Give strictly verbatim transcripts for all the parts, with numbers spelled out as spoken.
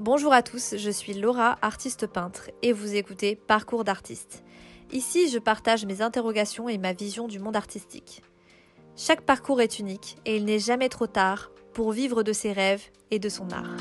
Bonjour à tous, je suis Laura, artiste peintre, et vous écoutez Parcours d'artiste. Ici, je partage mes interrogations et ma vision du monde artistique. Chaque parcours est unique et il n'est jamais trop tard pour vivre de ses rêves et de son art.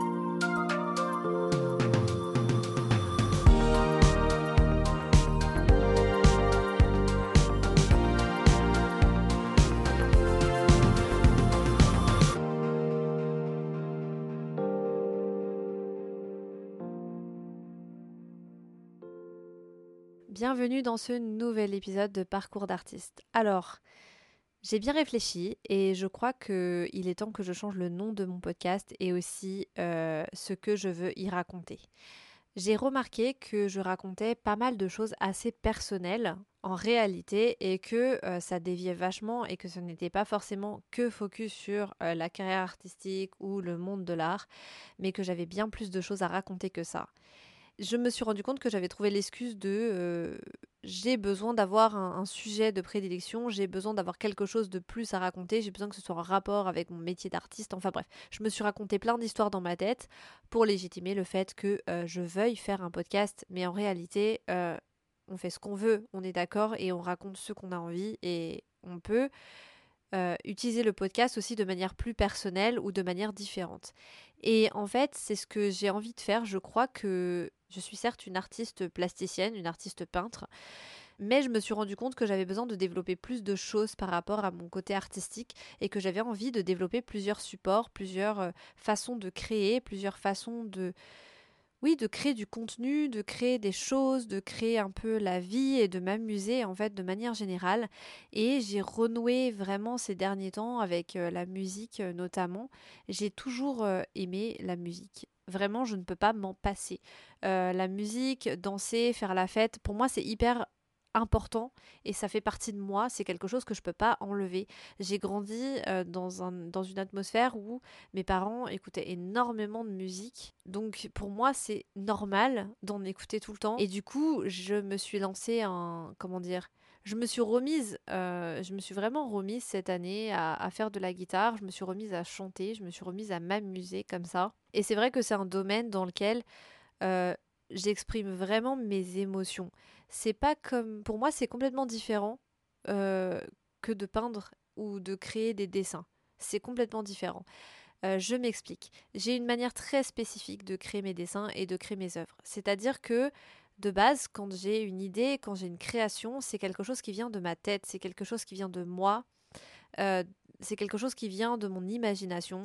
Bienvenue dans ce nouvel épisode de Parcours d'artiste. Alors, j'ai bien réfléchi et je crois qu'il est temps que je change le nom de mon podcast et aussi euh, ce que je veux y raconter. J'ai remarqué que je racontais pas mal de choses assez personnelles en réalité et que euh, ça déviait vachement et que ce n'était pas forcément que focus sur euh, la carrière artistique ou le monde de l'art, mais que j'avais bien plus de choses à raconter que ça. Je me suis rendu compte que j'avais trouvé l'excuse de euh, j'ai besoin d'avoir un, un sujet de prédilection, j'ai besoin d'avoir quelque chose de plus à raconter, j'ai besoin que ce soit en rapport avec mon métier d'artiste, enfin bref, je me suis raconté plein d'histoires dans ma tête pour légitimer le fait que euh, je veuille faire un podcast, mais en réalité, euh, on fait ce qu'on veut, on est d'accord et on raconte ce qu'on a envie et on peut euh, utiliser le podcast aussi de manière plus personnelle ou de manière différente. Et en fait, c'est ce que j'ai envie de faire. Je crois que je suis certes une artiste plasticienne, une artiste peintre, mais je me suis rendu compte que j'avais besoin de développer plus de choses par rapport à mon côté artistique et que j'avais envie de développer plusieurs supports, plusieurs euh, façons de créer, plusieurs façons de oui, de créer du contenu, de créer des choses, de créer un peu la vie et de m'amuser en fait de manière générale. Et j'ai renoué vraiment ces derniers temps avec euh, la musique euh, notamment. J'ai toujours euh, aimé la musique. Vraiment, je ne peux pas m'en passer. Euh, la musique, danser, faire la fête, pour moi c'est hyper important et ça fait partie de moi, c'est quelque chose que je peux pas enlever. J'ai grandi euh, dans, un, dans une atmosphère où mes parents écoutaient énormément de musique, donc pour moi c'est normal d'en écouter tout le temps. Et du coup, je me suis lancée un, comment dire, je me suis remise, euh, je me suis vraiment remise cette année à, à faire de la guitare. Je me suis remise à chanter, je me suis remise à m'amuser comme ça. Et c'est vrai que c'est un domaine dans lequel euh, j'exprime vraiment mes émotions. C'est pas comme, pour moi, c'est complètement différent euh, que de peindre ou de créer des dessins. C'est complètement différent. Euh, je m'explique. J'ai une manière très spécifique de créer mes dessins et de créer mes œuvres. C'est-à-dire que de base, quand j'ai une idée, quand j'ai une création, c'est quelque chose qui vient de ma tête, c'est quelque chose qui vient de moi, euh, c'est quelque chose qui vient de mon imagination.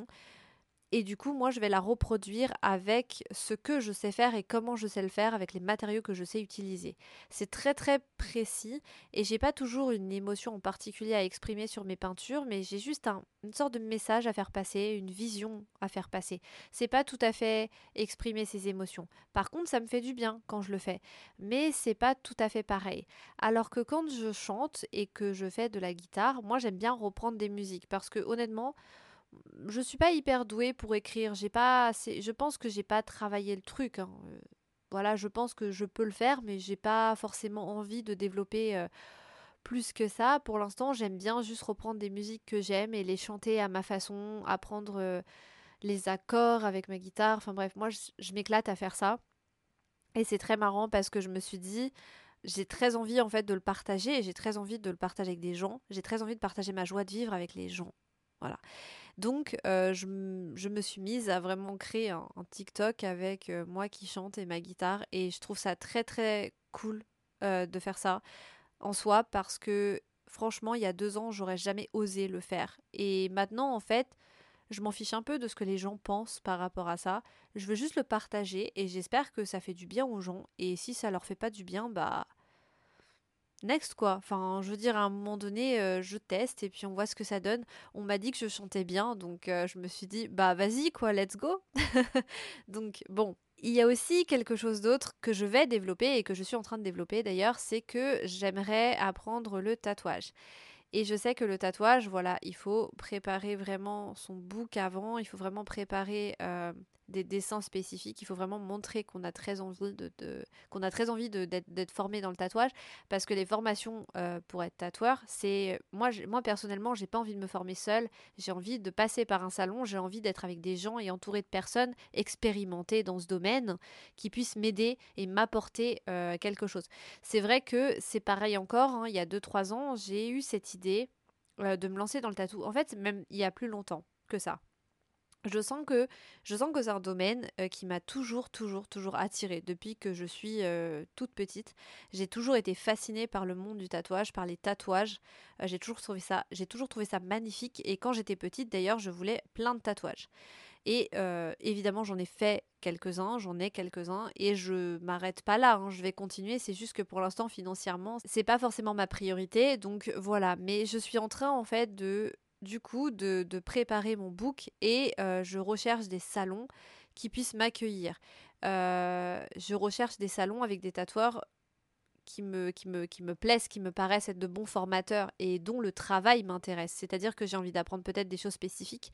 Et du coup, moi, je vais la reproduire avec ce que je sais faire et comment je sais le faire, avec les matériaux que je sais utiliser. C'est très très précis et j'ai pas toujours une émotion en particulier à exprimer sur mes peintures, mais j'ai juste un, une sorte de message à faire passer, une vision à faire passer. C'est pas tout à fait exprimer ses émotions. Par contre, ça me fait du bien quand je le fais, mais c'est pas tout à fait pareil. Alors que quand je chante et que je fais de la guitare, moi j'aime bien reprendre des musiques parce que honnêtement, je suis pas hyper douée pour écrire. J'ai pas assez, je pense que j'ai pas travaillé le truc, hein. Euh, Voilà, je pense que je peux le faire, mais j'ai pas forcément envie de développer euh, plus que ça. Pour l'instant, j'aime bien juste reprendre des musiques que j'aime et les chanter à ma façon, apprendre euh, les accords avec ma guitare. Enfin bref, moi, je, je m'éclate à faire ça. Et c'est très marrant parce que je me suis dit, j'ai très envie en fait de le partager et j'ai très envie de le partager avec des gens. J'ai très envie de partager ma joie de vivre avec les gens. Voilà. Donc, euh, je, m- je me suis mise à vraiment créer un, un TikTok avec euh, moi qui chante et ma guitare. Et je trouve ça très très cool euh, de faire ça en soi parce que franchement, il y a deux ans, j'aurais jamais osé le faire. Et maintenant, en fait, je m'en fiche un peu de ce que les gens pensent par rapport à ça. Je veux juste le partager et j'espère que ça fait du bien aux gens. Et si ça leur fait pas du bien, bah next quoi. Enfin, je veux dire, à un moment donné, euh, je teste et puis on voit ce que ça donne. On m'a dit que je chantais bien, donc euh, je me suis dit, bah vas-y quoi, let's go. Donc bon, il y a aussi quelque chose d'autre que je vais développer et que je suis en train de développer d'ailleurs, c'est que j'aimerais apprendre le tatouage. Et je sais que le tatouage, voilà, il faut préparer vraiment son book avant, il faut vraiment préparer euh, des dessins spécifiques. Il faut vraiment montrer qu'on a très envie de, de qu'on a très envie de, d'être, d'être formé dans le tatouage, parce que les formations euh, pour être tatoueur, c'est moi, j'ai- moi personnellement, j'ai pas envie de me former seule. J'ai envie de passer par un salon. J'ai envie d'être avec des gens et entourée de personnes expérimentées dans ce domaine qui puissent m'aider et m'apporter euh, quelque chose. C'est vrai que c'est pareil encore. Hein, il y a deux trois ans, j'ai eu cette idée euh, de me lancer dans le tatou. En fait, même il y a plus longtemps que ça. Je sens que, je sens que c'est un domaine euh, qui m'a toujours, toujours, toujours attirée depuis que je suis euh, toute petite. J'ai toujours été fascinée par le monde du tatouage, par les tatouages. Euh, j'ai toujours trouvé ça, j'ai toujours trouvé ça magnifique. Et quand j'étais petite, d'ailleurs, je voulais plein de tatouages. Et euh, évidemment, j'en ai fait quelques-uns, j'en ai quelques-uns, et je m'arrête pas là. Hein, je vais continuer. C'est juste que pour l'instant, financièrement, c'est pas forcément ma priorité. Donc voilà. Mais je suis en train en fait de du coup de, de préparer mon book et euh, je recherche des salons qui puissent m'accueillir. Euh, je recherche des salons avec des tatoueurs qui me, qui, me, qui me plaisent, qui me paraissent être de bons formateurs et dont le travail m'intéresse. C'est-à-dire que j'ai envie d'apprendre peut-être des choses spécifiques.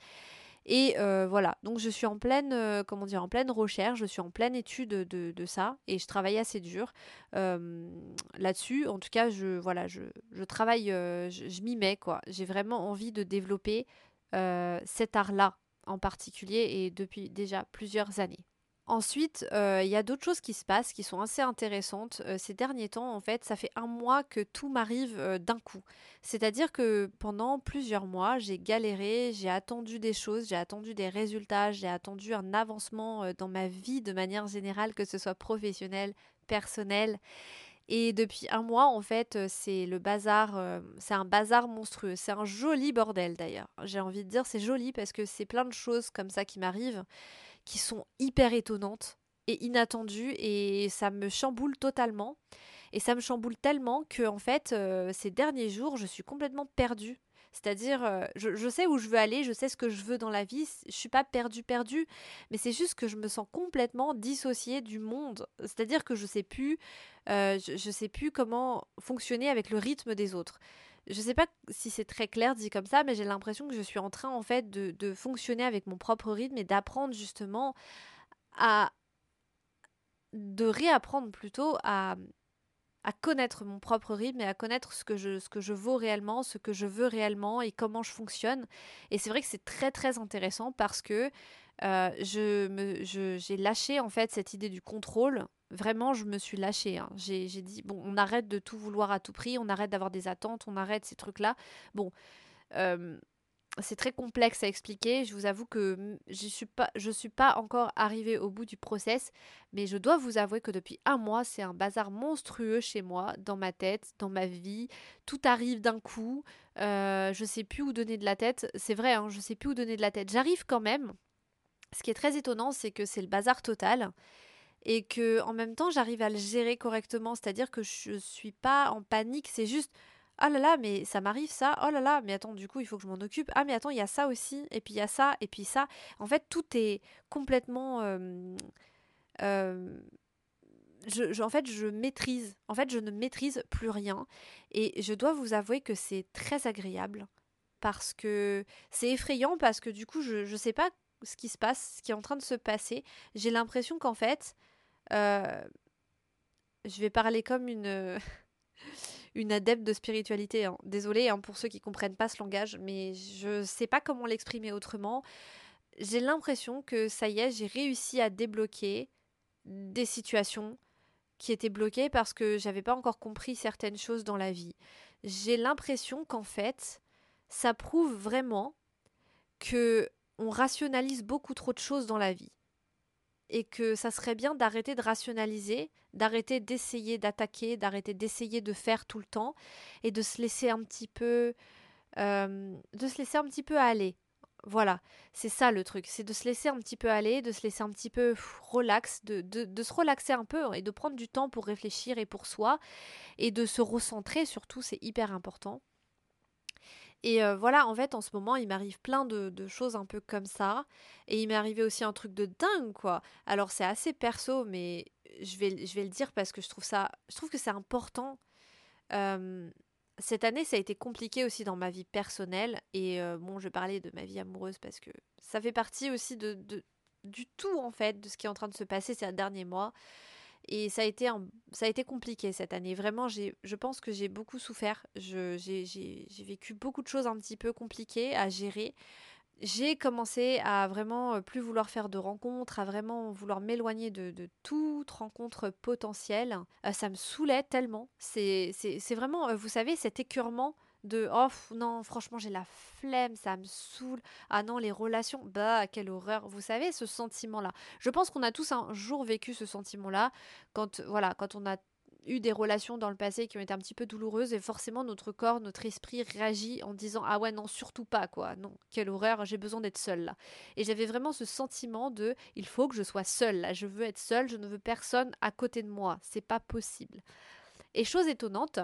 Et euh, voilà, donc je suis en pleine, euh, comment dire, en pleine recherche, je suis en pleine étude de, de ça et je travaille assez dur euh, là-dessus. En tout cas, je, voilà, je, je travaille, euh, je, je m'y mets, quoi. J'ai vraiment envie de développer euh, cet art-là en particulier et depuis déjà plusieurs années. Ensuite, heu, il y a d'autres choses qui se passent qui sont assez intéressantes. Heu, ces derniers temps, en fait, ça fait un mois que tout m'arrive, heu, d'un coup. C'est-à-dire que pendant plusieurs mois, j'ai galéré, j'ai attendu des choses, j'ai attendu des résultats, j'ai attendu un avancement, heu, dans ma vie de manière générale, que ce soit professionnel, personnel. Et depuis un mois, en fait, heu, c'est le bazar, heu, c'est un bazar monstrueux. C'est un joli bordel d'ailleurs. J'ai envie de dire, c'est joli parce que c'est plein de choses comme ça qui m'arrivent qui sont hyper étonnantes et inattendues et ça me chamboule totalement. Et ça me chamboule tellement que en fait, euh, ces derniers jours, je suis complètement perdue. C'est-à-dire, euh, je, je sais où je veux aller, je sais ce que je veux dans la vie, je suis pas perdue, perdue, mais c'est juste que je me sens complètement dissociée du monde. C'est-à-dire que je sais plus, euh, je, je sais plus comment fonctionner avec le rythme des autres. Je sais pas si c'est très clair dit comme ça, mais j'ai l'impression que je suis en train en fait de, de fonctionner avec mon propre rythme et d'apprendre justement à de réapprendre plutôt à à connaître mon propre rythme et à connaître ce que je ce que je vaux réellement, ce que je veux réellement et comment je fonctionne. Et c'est vrai que c'est très très intéressant parce que euh, je me je- j'ai lâché en fait cette idée du contrôle. Vraiment, je me suis lâchée. Hein. J'ai j'ai dit bon, on arrête de tout vouloir à tout prix, on arrête d'avoir des attentes, on arrête ces trucs-là. Bon, euh, c'est très complexe à expliquer. Je vous avoue que mm, je suis pas, je suis pas encore arrivée au bout du process, mais je dois vous avouer que depuis un mois, c'est un bazar monstrueux chez moi, dans ma tête, dans ma vie. Tout arrive d'un coup. Euh, je sais plus où donner de la tête. C'est vrai, hein, je sais plus où donner de la tête. J'arrive quand même. Ce qui est très étonnant, c'est que c'est le bazar total et que en même temps j'arrive à le gérer correctement, c'est-à-dire que je suis pas en panique, c'est juste oh là là mais ça m'arrive ça, oh là là mais attends du coup il faut que je m'en occupe, ah mais attends il y a ça aussi et puis il y a ça et puis ça, en fait tout est complètement euh, euh, je, je- en fait je maîtrise, en fait je ne maîtrise plus rien et je dois vous avouer que c'est très agréable parce que c'est effrayant parce que du coup je je sais pas ce qui se passe, ce qui est en train de se passer, j'ai l'impression qu'en fait euh, je vais parler comme une, une adepte de spiritualité. Hein. Désolée hein, pour ceux qui comprennent pas ce langage, mais je sais pas comment l'exprimer autrement. J'ai l'impression que ça y est, j'ai réussi à débloquer des situations qui étaient bloquées parce que j'avais pas encore compris certaines choses dans la vie. J'ai l'impression qu'en fait, ça prouve vraiment que on rationalise beaucoup trop de choses dans la vie et que ça serait bien d'arrêter de rationaliser, d'arrêter d'essayer d'attaquer, d'arrêter d'essayer de faire tout le temps et de se laisser un petit peu euh, de se laisser un petit peu aller. Voilà, c'est ça le truc, c'est de se laisser un petit peu aller, de se laisser un petit peu pff, relax, de, de, de se relaxer un peu et de prendre du temps pour réfléchir et pour soi et de se recentrer surtout, c'est hyper important. Et euh, voilà, en fait, en ce moment, il m'arrive plein de, de choses un peu comme ça. Et il m'est arrivé aussi un truc de dingue, quoi. Alors, c'est assez perso, mais je vais, je vais le dire parce que je trouve ça, je trouve que c'est important. Euh, Cette année, ça a été compliqué aussi dans ma vie personnelle. Et euh, bon, je vais parler de ma vie amoureuse parce que ça fait partie aussi de, de, du tout en fait de ce qui est en train de se passer ces derniers mois. Et ça a été, un, ça a été compliqué cette année. Vraiment, j'ai, je pense que j'ai beaucoup souffert. Je, j'ai, j'ai, j'ai vécu beaucoup de choses un petit peu compliquées à gérer. J'ai commencé à vraiment plus vouloir faire de rencontres, à vraiment vouloir m'éloigner de, de toute rencontre potentielle. Euh, ça me saoulait tellement. C'est, c'est, c'est vraiment, euh, vous savez, cet écœurement de oh pff, non, franchement, j'ai la flemme, ça me saoule. Ah non, les relations, bah, quelle horreur. Vous savez, ce sentiment-là. Je pense qu'on a tous un jour vécu ce sentiment-là quand, voilà, quand on a eu des relations dans le passé qui ont été un petit peu douloureuses et forcément notre corps, notre esprit réagit en disant ah ouais non surtout pas quoi, non quelle horreur, j'ai besoin d'être seule là. Et j'avais vraiment ce sentiment de il faut que je sois seule là, je veux être seule, je ne veux personne à côté de moi, c'est pas possible. Et chose étonnante,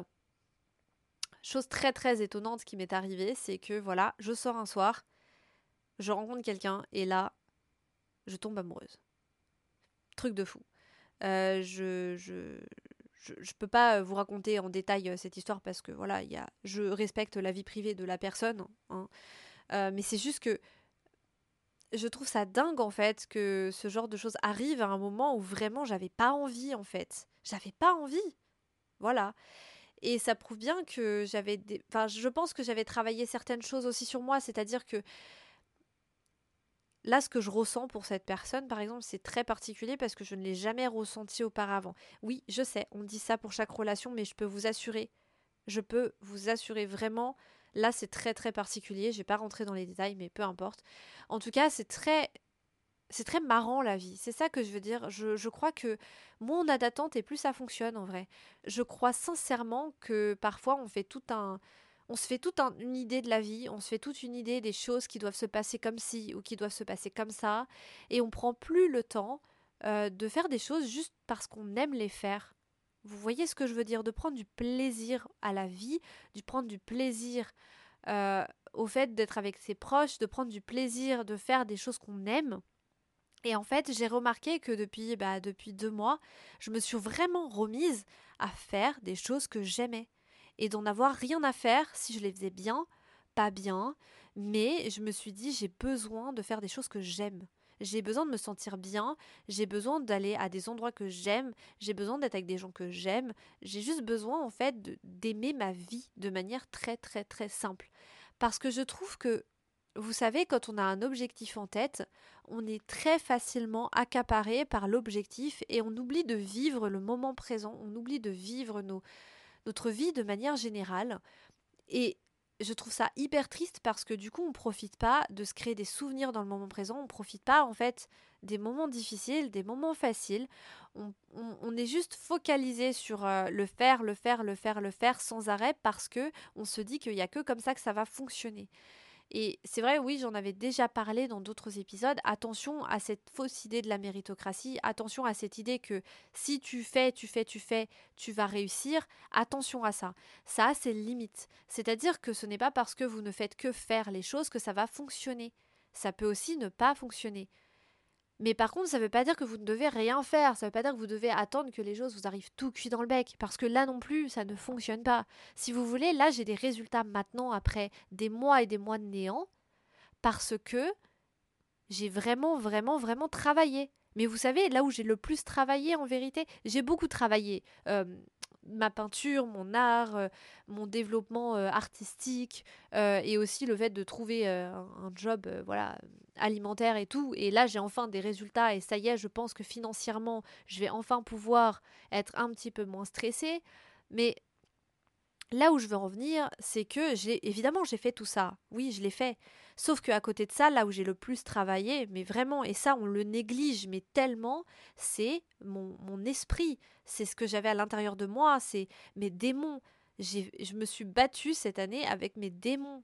chose très très étonnante qui m'est arrivée, c'est que voilà, je sors un soir, je rencontre quelqu'un et là je tombe amoureuse. Truc de fou. Euh, je, je, je, je peux pas vous raconter en détail cette histoire parce que voilà, y a, je respecte la vie privée de la personne, hein. Euh, mais c'est juste que je trouve ça dingue en fait que ce genre de choses arrive à un moment où vraiment j'avais pas envie en fait. J'avais pas envie. Voilà. Et ça prouve bien que j'avais des... Enfin, je pense que j'avais travaillé certaines choses aussi sur moi, c'est-à-dire que là, ce que je ressens pour cette personne, par exemple, c'est très particulier parce que je ne l'ai jamais ressenti auparavant. Oui, je sais, on dit ça pour chaque relation, mais je peux vous assurer, je peux vous assurer vraiment, là, c'est très très particulier. Je vais pas rentrer dans les détails, mais peu importe. En tout cas, c'est très, c'est très marrant la vie. C'est ça que je veux dire. Je, je crois que moins on a d'attente et plus ça fonctionne en vrai. Je crois sincèrement que parfois on fait tout un on se fait toute un- une idée de la vie, on se fait toute une idée des choses qui doivent se passer comme ci ou qui doivent se passer comme ça, et on prend plus le temps euh, de faire des choses juste parce qu'on aime les faire. Vous voyez ce que je veux dire? De prendre du plaisir à la vie, de prendre du plaisir euh, au fait d'être avec ses proches, de prendre du plaisir de faire des choses qu'on aime. Et en fait, j'ai remarqué que depuis, bah, depuis deux mois, je me suis vraiment remise à faire des choses que j'aimais. Et d'en avoir rien à faire si je les faisais bien, pas bien. Mais je me suis dit, j'ai besoin de faire des choses que j'aime. J'ai besoin de me sentir bien, j'ai besoin d'aller à des endroits que j'aime, j'ai besoin d'être avec des gens que j'aime, j'ai juste besoin en fait de- d'aimer ma vie de manière très très très simple. Parce que je trouve que, vous savez, quand on a un objectif en tête, on est très facilement accaparé par l'objectif et on oublie de vivre le moment présent, on oublie de vivre nos, notre vie de manière générale. Et je trouve ça hyper triste parce que du coup, on profite pas de se créer des souvenirs dans le moment présent, on profite pas en fait des moments difficiles, des moments faciles. On, on- on est juste focalisé sur euh, le faire, le faire, le faire, le faire sans arrêt parce que on se dit qu'il y a que comme ça que ça va fonctionner. Et c'est vrai, oui, j'en avais déjà parlé dans d'autres épisodes. Attention à cette fausse idée de la méritocratie. Attention à cette idée que si tu fais, tu fais, tu fais, tu vas réussir. Attention à ça. Ça a ses limites. C'est-à-dire que ce n'est pas parce que vous ne faites que faire les choses que ça va fonctionner. Ça peut aussi ne pas fonctionner. Mais par contre, ça ne veut pas dire que vous ne devez rien faire. Ça ne veut pas dire que vous devez attendre que les choses vous arrivent tout cuit dans le bec. Parce que là non plus, ça ne fonctionne pas. Si vous voulez, là, j'ai des résultats maintenant après des mois et des mois de néant. Parce que j'ai vraiment, vraiment, vraiment travaillé. Mais vous savez, là où j'ai le plus travaillé en vérité, j'ai beaucoup travaillé. Euh, ma peinture, mon art, euh, mon développement euh, artistique euh, et aussi le fait de trouver euh, un, un job euh, voilà alimentaire et tout. Et là, j'ai enfin des résultats et ça y est, je pense que financièrement, je vais enfin pouvoir être un petit peu moins stressée. Mais là où je veux en venir, c'est que j'ai évidemment j'ai fait tout ça. Oui, je l'ai fait. Sauf que à côté de ça, là où j'ai le plus travaillé, mais vraiment, et ça on le néglige, mais tellement, c'est mon, mon esprit. C'est ce que j'avais à l'intérieur de moi, c'est mes démons. J'ai, je me suis battue cette année avec mes démons.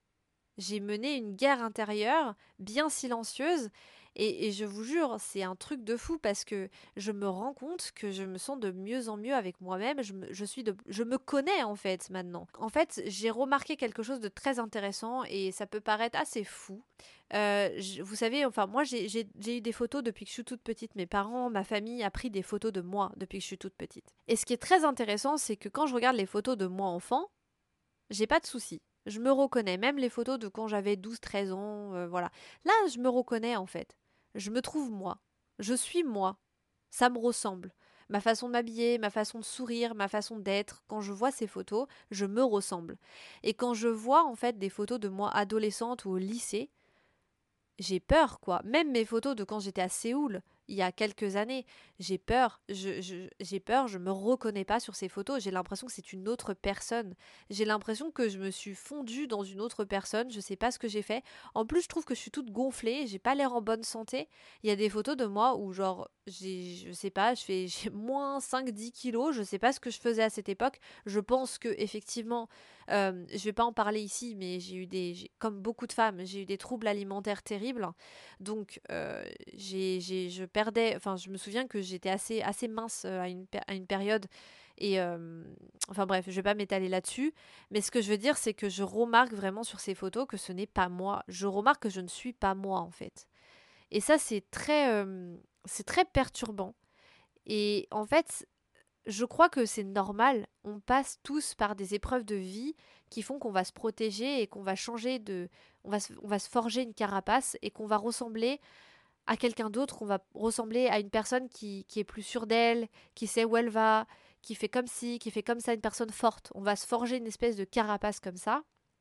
J'ai mené une guerre intérieure bien silencieuse et, et je vous jure, c'est un truc de fou parce que je me rends compte que je me sens de mieux en mieux avec moi-même. Je me, je suis de, je me connais en fait maintenant. En fait, j'ai remarqué quelque chose de très intéressant et ça peut paraître assez fou. Euh, je- vous savez, enfin moi j'ai j'ai- j'ai eu des photos depuis que je suis toute petite. Mes parents, ma famille a pris des photos de moi depuis que je suis toute petite. Et ce qui est très intéressant, c'est que quand je regarde les photos de moi enfant, j'ai pas de soucis. Je me reconnais, même les photos de quand j'avais douze treize ans, euh, voilà. Là, je me reconnais en fait. je me trouve moi. Je suis moi. Ça me ressemble. Ma façon de m'habiller, ma façon de sourire, ma façon d'être, quand je vois ces photos, je me ressemble. Et quand je vois en fait des photos de moi adolescente ou au lycée, j'ai peur, quoi. Même mes photos de quand j'étais à Séoul, il y a quelques années, j'ai peur. Je, je- j'ai peur, je me reconnais pas sur ces photos. J'ai l'impression que c'est une autre personne. J'ai l'impression que je me suis fondue dans une autre personne. Je sais pas ce que j'ai fait. En plus, je trouve que je suis toute gonflée. J'ai pas l'air en bonne santé. Il y a des photos de moi où, genre, j'ai, je sais pas, je fais, j'ai moins cinq dix kilos. Je sais pas ce que je faisais à cette époque. Je pense que, effectivement, euh, je vais pas en parler ici, mais j'ai eu des, j'ai- comme beaucoup de femmes, j'ai eu des troubles alimentaires terribles. Donc, euh, j'ai, j'ai, je perdais, enfin, je me souviens que j'étais assez, assez mince euh, à une, à une période. Et, euh, enfin bref, je vais pas m'étaler là-dessus. Mais ce que je veux dire, c'est que je remarque vraiment sur ces photos que ce n'est pas moi. Je remarque que je ne suis pas moi, en fait. Et ça, c'est très, euh, c'est très perturbant. Et en fait, je crois que c'est normal. On passe tous par des épreuves de vie qui font qu'on va se protéger et qu'on va changer de. On va, se, on va se forger une carapace et qu'on va ressembler à quelqu'un d'autre, qu'on va ressembler à une personne qui, qui est plus sûre d'elle, qui sait où elle va, qui fait comme ci, qui fait comme ça, une personne forte. On va se forger une espèce de carapace comme ça.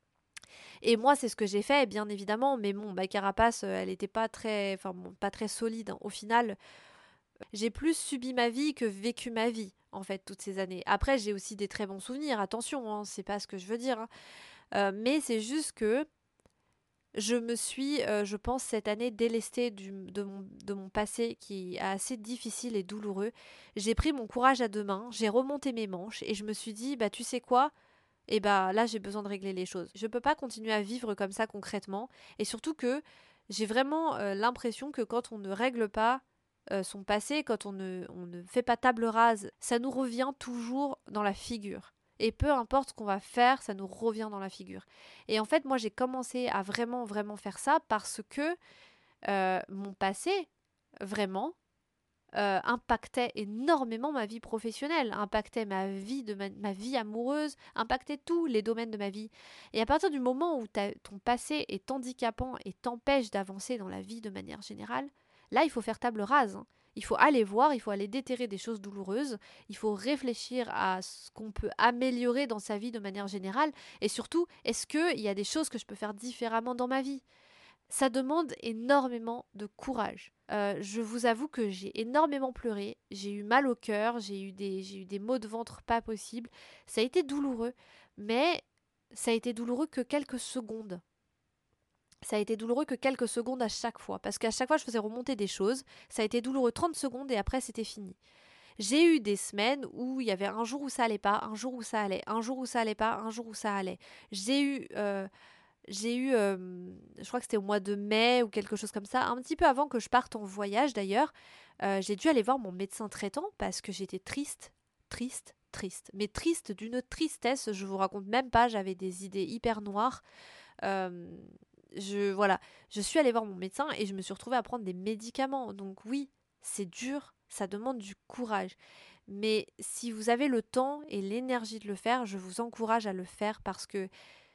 Et moi, c'est ce que j'ai fait, bien évidemment, mais bon, ma carapace, euh, elle n'était pas très, enfin, bon, pas très solide, hein. Au final, j'ai plus subi ma vie que vécu ma vie, en fait, toutes ces années. Après, j'ai aussi des très bons souvenirs, attention, hein, c'est pas ce que je veux dire, hein. Euh, mais c'est juste que je me suis, euh, je pense, cette année délestée du, de, mon, de mon passé qui est assez difficile et douloureux. J'ai pris mon courage à deux mains, j'ai remonté mes manches et je me suis dit, bah tu sais quoi, et bah là j'ai besoin de régler les choses. Je peux pas continuer à vivre comme ça concrètement et surtout que j'ai vraiment euh, l'impression que quand on ne règle pas euh, son passé, quand on ne, on ne fait pas table rase, ça nous revient toujours dans la figure. Et peu importe ce qu'on va faire, ça nous revient dans la figure. Et en fait, moi, j'ai commencé à vraiment, vraiment faire ça parce que euh, mon passé, vraiment, euh, impactait énormément ma vie professionnelle, impactait ma vie, de ma, ma vie amoureuse, impactait tous les domaines de ma vie. Et à partir du moment où ton passé est handicapant et t'empêche d'avancer dans la vie de manière générale, là, il faut faire table rase, hein. Il faut aller voir, il faut aller déterrer des choses douloureuses, il faut réfléchir à ce qu'on peut améliorer dans sa vie de manière générale, et surtout, est-ce qu'il y a des choses que je peux faire différemment dans ma vie? Ça demande énormément de courage. Euh, je vous avoue que j'ai énormément pleuré, j'ai eu mal au cœur, j'ai eu des, j'ai eu des maux de ventre pas possibles. Ça a été douloureux, mais ça a été douloureux que quelques secondes. Ça a été douloureux que quelques secondes à chaque fois, parce qu'à chaque fois je faisais remonter des choses. Ça a été douloureux trente secondes et après c'était fini. J'ai eu des semaines où il y avait un jour où ça allait pas, un jour où ça allait, un jour où ça allait pas, un jour où ça allait. J'ai eu euh, j'ai eu, euh, je crois que c'était au mois de mai ou quelque chose comme ça, un petit peu avant que je parte en voyage d'ailleurs, euh, j'ai dû aller voir mon médecin traitant parce que j'étais triste, triste, triste. Mais triste d'une tristesse, je vous raconte même pas, j'avais des idées hyper noires. Euh, je, voilà, je suis allée voir mon médecin et je me suis retrouvée à prendre des médicaments. Donc oui, c'est dur, ça demande du courage. Mais si vous avez le temps et l'énergie de le faire, je vous encourage à le faire parce que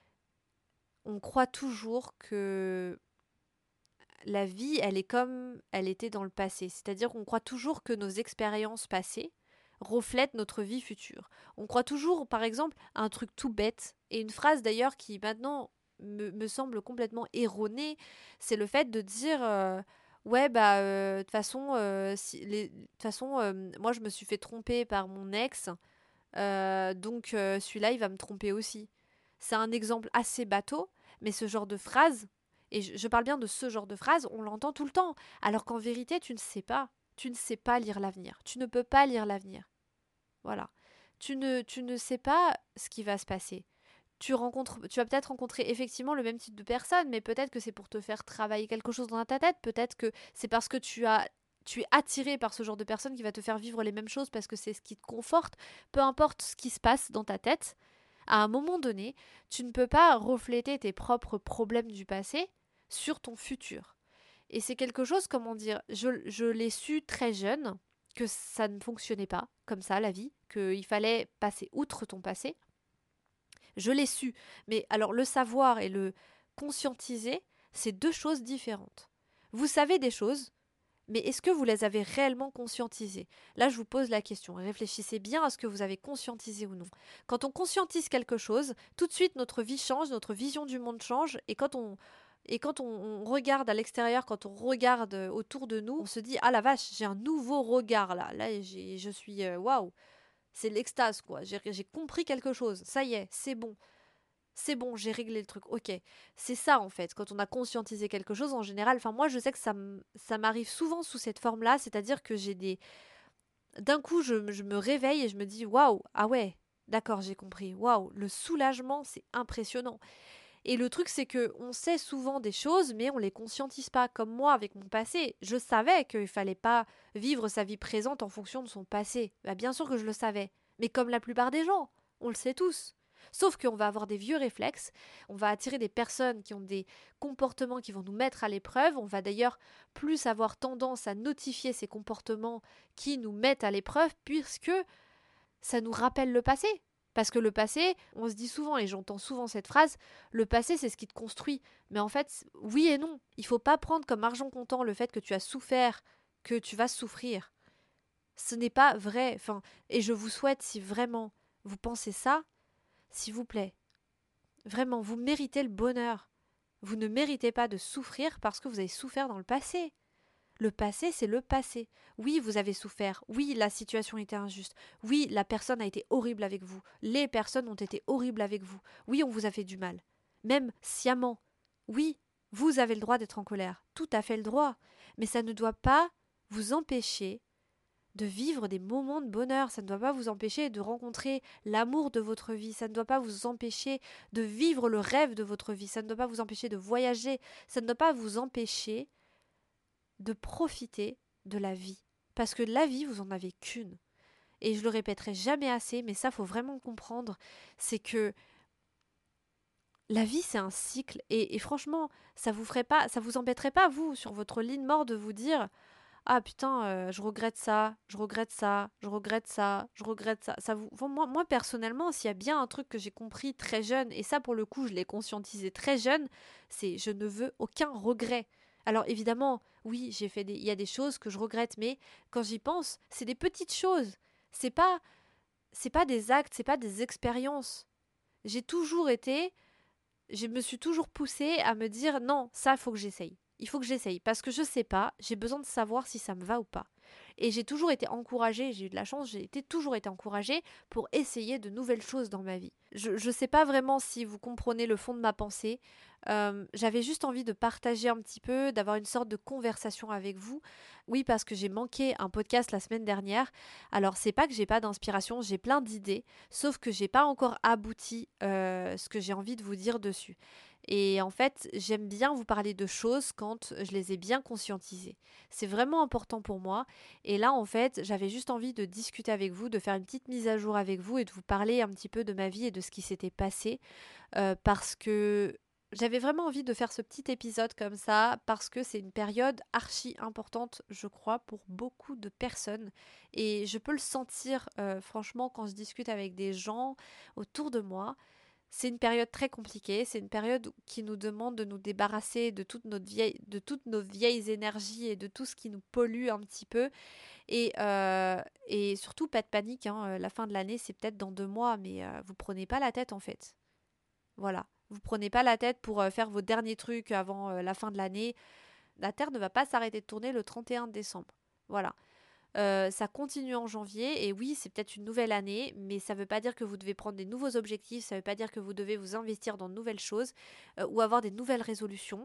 on croit toujours que la vie, elle est comme elle était dans le passé. C'est-à-dire qu'on croit toujours que nos expériences passées reflètent notre vie future. On croit toujours, par exemple, à un truc tout bête, et une phrase d'ailleurs qui maintenant me, me semble complètement erronée, c'est le fait de dire euh, ouais, bah, euh, de toute façon, euh, si, les- de toute façon euh, moi je me suis fait tromper par mon ex, euh, donc euh, celui-là il va me tromper aussi. C'est un exemple assez bateau, mais ce genre de phrase, et je, je parle bien de ce genre de phrase, on l'entend tout le temps, alors qu'en vérité tu ne sais pas, tu ne sais pas lire l'avenir, tu ne peux pas lire l'avenir. Voilà. Tu ne, tu ne sais pas ce qui va se passer. Tu rencontres, tu vas peut-être rencontrer effectivement le même type de personne, mais peut-être que c'est pour te faire travailler quelque chose dans ta tête. Peut-être que c'est parce que tu as, tu es attiré par ce genre de personne qui va te faire vivre les mêmes choses parce que c'est ce qui te conforte. Peu importe ce qui se passe dans ta tête, à un moment donné, tu ne peux pas refléter tes propres problèmes du passé sur ton futur. Et c'est quelque chose, comment dire, je, je l'ai su très jeune, que ça ne fonctionnait pas comme ça, la vie, qu'il fallait passer outre ton passé. Je l'ai su. Mais alors, le savoir et le conscientiser, c'est deux choses différentes. Vous savez des choses, Mais est-ce que vous les avez réellement conscientisées? Là, je vous pose la question. Réfléchissez bien à ce que vous avez conscientisé ou non. Quand on conscientise quelque chose, tout de suite, notre vie change, notre vision du monde change. Et quand on, et quand on, on regarde à l'extérieur, quand on regarde autour de nous, on se dit « Ah la vache, j'ai un nouveau regard là. Là, j'ai, je suis... euh, Waouh !» C'est l'extase, quoi. J'ai, j'ai compris quelque chose. Ça y est, c'est bon. C'est bon, j'ai réglé le truc. Ok. C'est ça, en fait. Quand on a conscientisé quelque chose, en général, enfin, moi, je sais que ça, m- ça m'arrive souvent sous cette forme-là. C'est-à-dire que j'ai des. D'un coup, je, me- je me réveille et je me dis waouh, ah ouais, d'accord, j'ai compris. Waouh, le soulagement, c'est impressionnant. Et le truc, c'est que on sait souvent des choses, mais on les conscientise pas. Comme moi, avec mon passé, je savais qu'il fallait pas vivre sa vie présente en fonction de son passé. Bah, bien sûr que je le savais. Mais comme la plupart des gens, on le sait tous. Sauf qu'on va avoir des vieux réflexes, on va attirer des personnes qui ont des comportements qui vont nous mettre à l'épreuve, on va d'ailleurs plus avoir tendance à notifier ces comportements qui nous mettent à l'épreuve puisque ça nous rappelle le passé. Parce que le passé, on se dit souvent, et j'entends souvent cette phrase, le passé c'est ce qui te construit. Mais en fait, oui et non. Il faut pas prendre comme argent comptant le fait que tu as souffert, que tu vas souffrir. Ce n'est pas vrai. Enfin, et je vous souhaite, si vraiment vous pensez ça, s'il vous plaît, vraiment, vous méritez le bonheur. Vous ne méritez pas de souffrir parce que vous avez souffert dans le passé. Le passé, c'est le passé. Oui, vous avez souffert. Oui, la situation était injuste. Oui, la personne a été horrible avec vous. Les personnes ont été horribles avec vous. Oui, on vous a fait du mal. Même sciemment. Oui, vous avez le droit d'être en colère. Tout à fait le droit. Mais ça ne doit pas vous empêcher de vivre des moments de bonheur. Ça ne doit pas vous empêcher de rencontrer l'amour de votre vie. Ça ne doit pas vous empêcher de vivre le rêve de votre vie. Ça ne doit pas vous empêcher de voyager. Ça ne doit pas vous empêcher de profiter de la vie. Parce que la vie, vous en avez qu'une. Et je le répéterai jamais assez, mais ça, faut vraiment le comprendre. C'est que la vie, c'est un cycle. Et, et franchement, ça vous ferait pas, ça vous embêterait pas, vous, sur votre lit de mort, de vous dire ah putain, euh, je regrette ça, je regrette ça, je regrette ça, je regrette ça. Ça vous... enfin, moi, moi, personnellement, s'il y a bien un truc que j'ai compris très jeune, et ça, pour le coup, je l'ai conscientisé très jeune, c'est je ne veux aucun regret. Alors évidemment, oui, j'ai fait des... il y a des choses que je regrette, mais quand j'y pense, c'est des petites choses. C'est pas, c'est pas des actes, c'est pas des expériences. J'ai toujours été je me suis toujours poussée à me dire non, ça, il faut que j'essaye. Il faut que j'essaye parce que je sais pas, j'ai besoin de savoir si ça me va ou pas. Et j'ai toujours été encouragée, j'ai eu de la chance, j'ai été, toujours été encouragée pour essayer de nouvelles choses dans ma vie. Je ne sais pas vraiment si vous comprenez le fond de ma pensée. Euh, J'avais juste envie de partager un petit peu, d'avoir une sorte de conversation avec vous. Oui, parce que j'ai manqué un podcast la semaine dernière. Alors, c'est pas que j'ai pas d'inspiration, j'ai plein d'idées, sauf que j'ai pas encore abouti euh, ce que j'ai envie de vous dire dessus. Et en fait, j'aime bien vous parler de choses quand je les ai bien conscientisées. C'est vraiment important pour moi. Et là, en fait, j'avais juste envie de discuter avec vous, de faire une petite mise à jour avec vous et de vous parler un petit peu de ma vie et de ce qui s'était passé. Euh, parce que j'avais vraiment envie de faire ce petit épisode comme ça, parce que c'est une période archi importante, je crois, pour beaucoup de personnes. Et je peux le sentir, euh, franchement, quand je discute avec des gens autour de moi. C'est une période très compliquée, c'est une période qui nous demande de nous débarrasser de, toute notre vieille, de toutes nos vieilles énergies et de tout ce qui nous pollue un petit peu. Et, euh, et surtout, pas de panique, hein, la fin de l'année, c'est peut-être dans deux mois, mais euh, vous prenez pas la tête en fait. Voilà. Vous prenez pas la tête pour euh, faire vos derniers trucs avant euh, la fin de l'année. La Terre ne va pas s'arrêter de tourner le trente et un décembre. Voilà. Euh, ça continue en janvier et oui, c'est peut-être une nouvelle année, mais ça ne veut pas dire que vous devez prendre des nouveaux objectifs, ça ne veut pas dire que vous devez vous investir dans de nouvelles choses euh, ou avoir des nouvelles résolutions.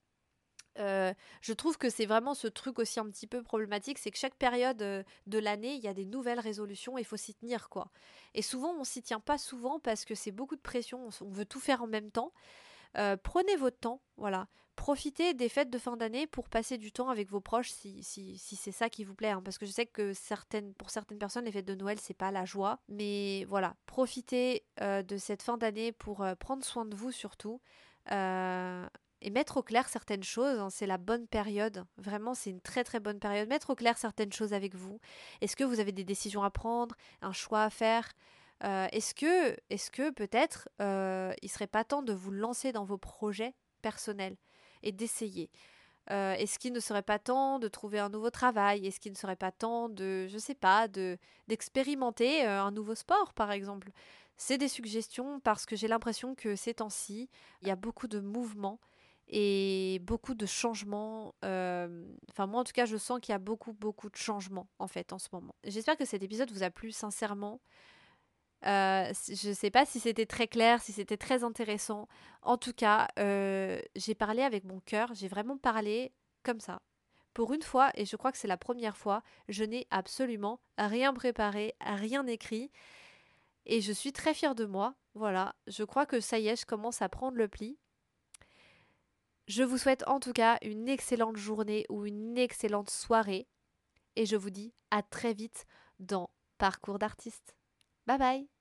Euh, je trouve que c'est vraiment ce truc aussi un petit peu problématique, c'est que chaque période euh, de l'année, il y a des nouvelles résolutions et il faut s'y tenir quoi. Et souvent, on s'y tient pas souvent parce que c'est beaucoup de pression, on, on veut tout faire en même temps. Euh, prenez votre temps, voilà. Profitez des fêtes de fin d'année pour passer du temps avec vos proches si, si, si c'est ça qui vous plaît. Hein, parce que je sais que certaines, pour certaines personnes, les fêtes de Noël, c'est pas la joie. Mais voilà, profitez euh, de cette fin d'année pour euh, prendre soin de vous surtout. Euh, et mettre au clair certaines choses, hein, c'est la bonne période. Vraiment, c'est une très très bonne période. Mettre au clair certaines choses avec vous. Est-ce que vous avez des décisions à prendre, un choix à faire? Euh, est-ce que, est-ce que peut-être euh, il serait pas temps de vous lancer dans vos projets personnels et d'essayer. Euh, est-ce qu'il ne serait pas temps de trouver un nouveau travail? Est-ce qu'il ne serait pas temps de, je sais pas, de d'expérimenter euh, un nouveau sport, par exemple? C'est des suggestions parce que j'ai l'impression que ces temps-ci, il y a beaucoup de mouvements et beaucoup de changements. euh, Enfin, moi, en tout cas, je sens qu'il y a beaucoup, beaucoup de changements, en fait, en ce moment. J'espère que cet épisode vous a plu sincèrement. Euh, si- je sais pas si c'était très clair, si c'était très intéressant. En tout cas, euh, j'ai parlé avec mon cœur, j'ai vraiment parlé comme ça. Pour une fois, et je crois que c'est la première fois, je n'ai absolument rien préparé, rien écrit, et je suis très fière de moi. Voilà, je crois que ça y est, je commence à prendre le pli. Je vous souhaite en tout cas une excellente journée ou une excellente soirée, et je vous dis à très vite dans Parcours d'artiste. Bye bye!